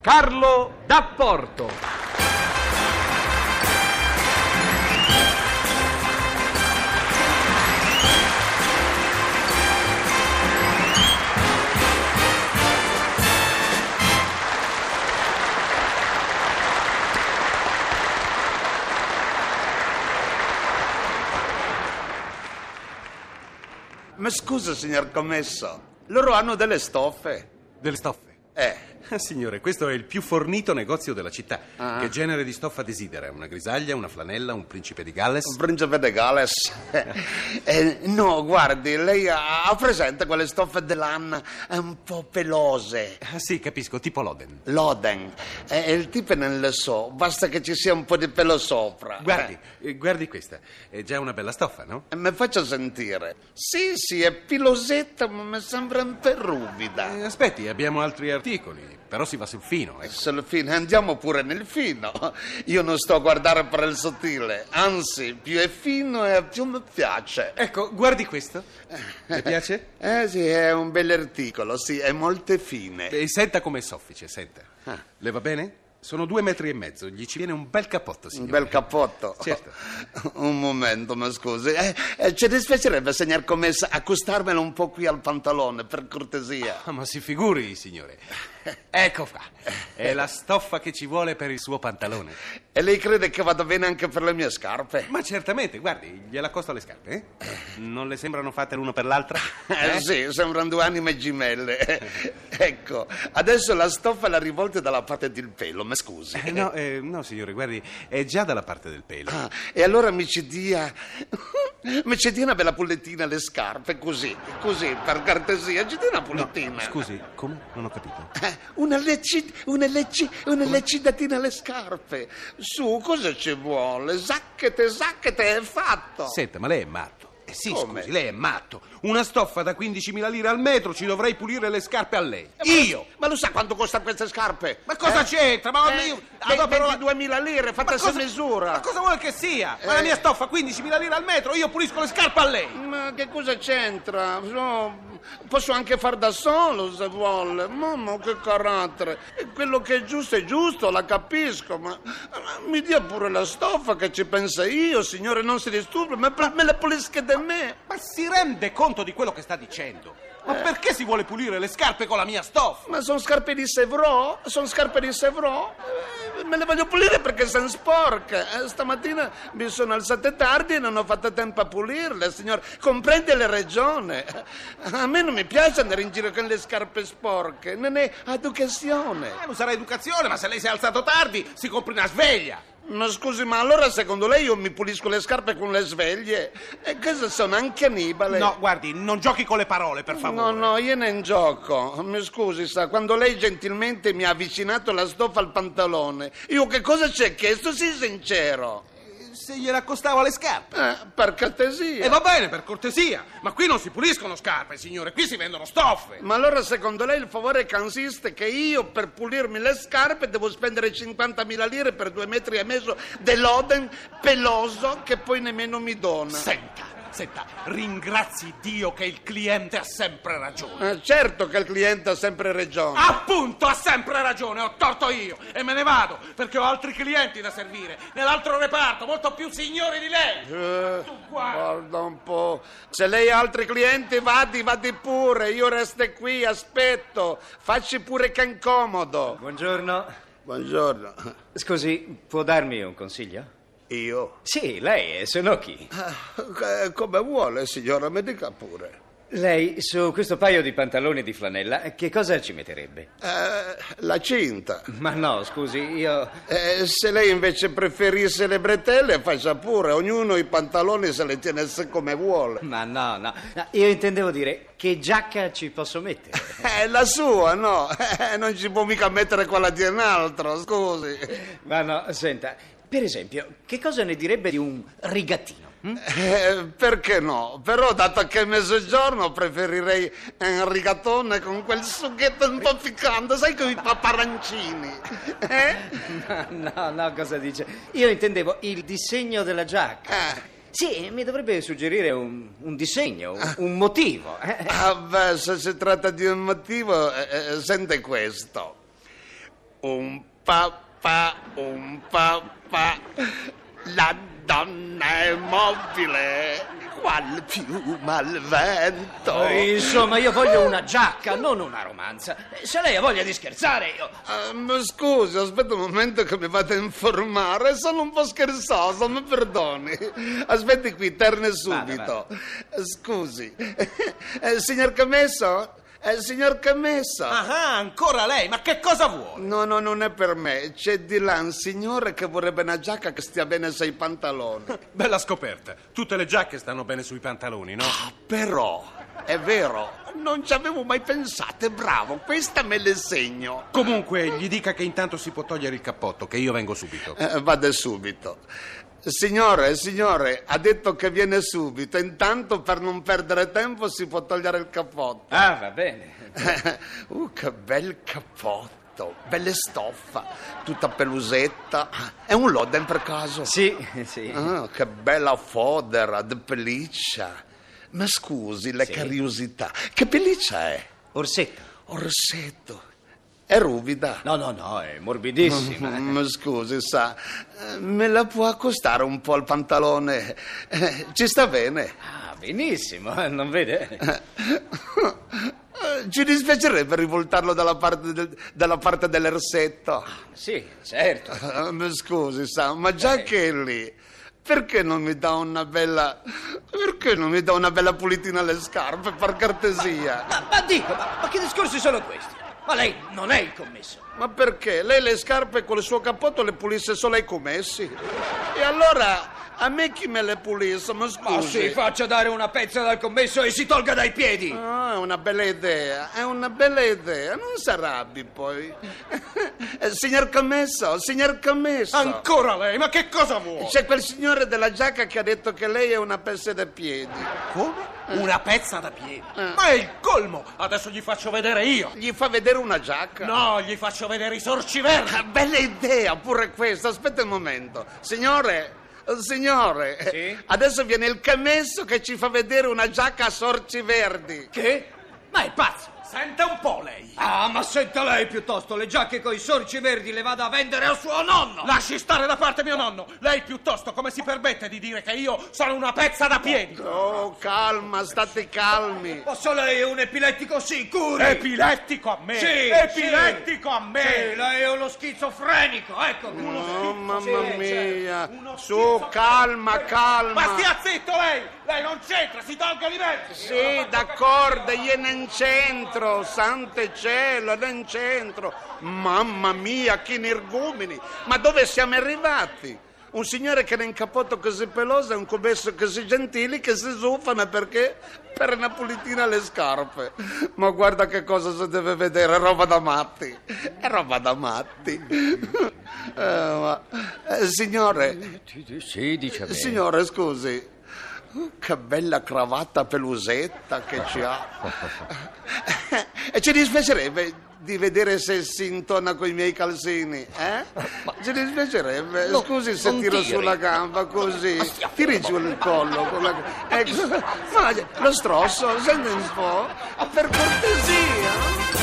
Carlo D'Apporto. Ma scusa, signor commesso, loro hanno delle stoffe? Delle stoffe? Signore, questo è il più fornito negozio della città. Che genere di stoffa desidera? Una grisaglia, una flanella, un principe di Galles? Un principe di Galles? No, guardi, lei ha presente quelle stoffe dell'Anna un po' pelose? Sì, capisco, tipo Loden. Loden. Il tipo non lo so, basta che ci sia un po' di pelo sopra. Guardi questa. È già una bella stoffa, no? Mi faccia sentire. Sì, è pilosetta, ma mi sembra un po' ruvida. Aspetti, abbiamo altri articoli, però si va sul fino, ecco. Sul fino, andiamo pure nel fino. Io non sto a guardare per il sottile, anzi, più è fino e più mi piace. Ecco, guardi questo. Le piace? Sì, è un bel articolo, sì, è molto fine. Senta com'è soffice, senta. Le va bene? Sono 2,5 metri, gli ci viene un bel cappotto, signore. Un bel cappotto? Certo. Un momento, mi scusi. Ci dispiacerebbe, signor commesso, accostarmelo un po' qui al pantalone, per cortesia. Ma si figuri, signore. Ecco qua. È la stoffa che ci vuole per il suo pantalone. E lei crede che vada bene anche per le mie scarpe? Ma certamente, guardi, gliela accosto alle scarpe, eh? Non le sembrano fatte l'una per l'altra? Sì, sembrano due anime gemelle. Ecco, adesso la stoffa la rivolta dalla parte del pelo, mi scusi. No, signore, guardi, è già dalla parte del pelo. E allora mi ci dia una bella pullettina alle scarpe, così, per cortesia, ci dia una pullettina. No, scusi, come? Non ho capito. Una leccidatina alle scarpe. Su, cosa ci vuole? Zacchete, è fatto. Senta, ma lei è matto. Sì, Come? scusi, lei è matto. Una stoffa da 15.000 lire al metro, ci dovrei pulire le scarpe a lei. Io! Ma lo sa quanto costano queste scarpe? Ma cosa c'entra? Ma io... 22.000 lire, fatte su misura. Ma cosa vuole che sia? Ma la mia stoffa 15.000 lire al metro, io pulisco le scarpe a lei. Ma che cosa c'entra? No, posso anche far da solo se vuole. Mamma, che carattere. Quello che è giusto, la capisco, ma mi dia pure la stoffa che ci pensa io, signore, non si disturbi, me la pulisca da me. Ma si rende conto di quello che sta dicendo? Ma perché si vuole pulire le scarpe con la mia stoffa? Ma sono scarpe di Sevrò? Me le voglio pulire perché sono sporche. Stamattina mi sono alzate tardi e non ho fatto tempo a pulirle, signor. Comprende le ragioni. A me non mi piace andare in giro con le scarpe sporche. Non è educazione. Non sarà educazione, ma se lei si è alzato tardi, si compri una sveglia. Ma scusi, ma allora secondo lei io mi pulisco le scarpe con le sveglie? E cosa sono, anche Annibale? No, guardi, non giochi con le parole, per favore. No, io non gioco. Mi scusi, sa, quando lei gentilmente mi ha avvicinato la stoffa al pantalone, io che cosa ci ho chiesto? Sii sincero. Se gliela accostavo alle scarpe. Per cortesia. E va bene, per cortesia. Ma qui non si puliscono scarpe, signore, qui si vendono stoffe. Ma allora secondo lei il favore consiste che io per pulirmi le scarpe devo spendere 50.000 lire per 2,5 metri dell'Oden peloso che poi nemmeno mi dona? Senta, ringrazi Dio che il cliente ha sempre ragione. Certo che il cliente ha sempre ragione. Appunto, ha sempre ragione, ho torto io e me ne vado perché ho altri clienti da servire nell'altro reparto, molto più signori di lei. Tu guarda un po', se lei ha altri clienti vadi pure, io resto qui, aspetto, facci pure che incomodo. Buongiorno. Scusi, può darmi un consiglio? Io? Sì, lei, e se no chi? Come vuole, signora, mi dica pure. Lei, su questo paio di pantaloni di flanella, che cosa ci metterebbe? La cinta. Ma no, scusi, io... Se lei invece preferisse le bretelle, faccia pure, ognuno i pantaloni se le tiene come vuole. Ma no, io intendevo dire, che giacca ci posso mettere? La sua, no, non ci può mica mettere quella di un altro, scusi. Ma no, senta... Per esempio, che cosa ne direbbe di un rigattino? Perché no? Però dato che è mezzogiorno preferirei un rigatone con quel sughetto un po' piccante, sai, con i paparancini. No, cosa dice? Io intendevo il disegno della giacca. Sì, mi dovrebbe suggerire un disegno, un motivo. Beh, se si tratta di un motivo, sente questo. un papà, la donna è mobile, qual piuma al vento. Insomma, io voglio una giacca, non una romanza. Se lei ha voglia di scherzare, io... Ma scusi, aspetta un momento che mi vado a informare, sono un po' scherzoso, mi perdoni. Aspetti qui, torne subito. Vada. Scusi, signor Commesso? Signor Commesso? Ah, ancora lei? Ma che cosa vuole? No, non è per me. C'è di là un signore che vorrebbe una giacca che stia bene sui pantaloni. Bella scoperta. Tutte le giacche stanno bene sui pantaloni, no? Però, è vero, non ci avevo mai pensato, è bravo, questa me le segno. Comunque, gli dica che intanto si può togliere il cappotto, che io vengo subito. Vado subito. Signore, ha detto che viene subito. Intanto, per non perdere tempo, si può togliere il cappotto. Ah, va bene. Che bel cappotto, belle stoffa, tutta pelusetta. È un Loden per caso? Sì. Che bella fodera di pelliccia. Ma scusi, la curiosità, che pelliccia è? Orsetto. È ruvida? No, è morbidissima. Ma scusi, sa, me la può accostare un po' al pantalone? Ci sta bene? Ah, benissimo, non vede? Ci dispiacerebbe rivoltarlo dalla parte dell'orsetto. Sì, certo. Ma scusi, sa, ma già che è lì, perché non mi dà una bella pulitina alle scarpe, per cortesia? Ma dico, ma che discorsi sono questi? Ma lei non è il commesso. Ma perché? Lei le scarpe con il suo cappotto le pulisse solo ai commessi? E allora a me chi me le pulisse? Ma scusi. Ma si faccia dare una pezza dal commesso e si tolga dai piedi. È una bella idea, non si arrabbi poi. Signor commesso. Ancora lei? Ma che cosa vuole? C'è quel signore della giacca che ha detto che lei è una pezza da piedi. Come? Una pezza da piedi? Ma è il colmo! Adesso gli faccio vedere io. Gli fa vedere una giacca? No, gli faccio vedere i sorci verdi. Bella idea, pure questa. Aspetta un momento. Signore, Sì? Adesso viene il commesso che ci fa vedere una giacca a sorci verdi. Che? Ma è pazzo. Senta un po' lei. Ah, ma senta lei piuttosto, le giacche coi sorci verdi le vada a vendere a suo nonno. Lasci stare da parte mio nonno. Lei piuttosto come si permette di dire che io sono una pezza da piedi? Oh, calma, state calmi. Posso lei è un epilettico sicuro? Epilettico a me? Sì, Epilettico a me? Sì, lei è uno schizofrenico, ecco. Oh, mamma mia. Uno Su, schizofrenico. calma. Ma stia zitto lei! Lei non c'entra, si tolga di mezzo! Sì, d'accordo, io non c'entro, santo cielo, non c'entro. Mamma mia, che energumeni! Ma dove siamo arrivati? Un signore che era in cappotto così peloso e un commesso così gentili che si zufano perché? Per una pulitina alle scarpe. Ma guarda che cosa si deve vedere, è roba da matti. È roba da matti. Signore. Sì, dice bene. Signore, scusi. Che bella cravatta pelusetta che ci ha. E ci dispiacerebbe di vedere se si intona coi miei calzini, eh? Ci dispiacerebbe. No, Scusi se non tiro tiri. sulla gamba così. Tiri giù il collo. Ecco. Ma lo strosso, senti un po'. Per cortesia.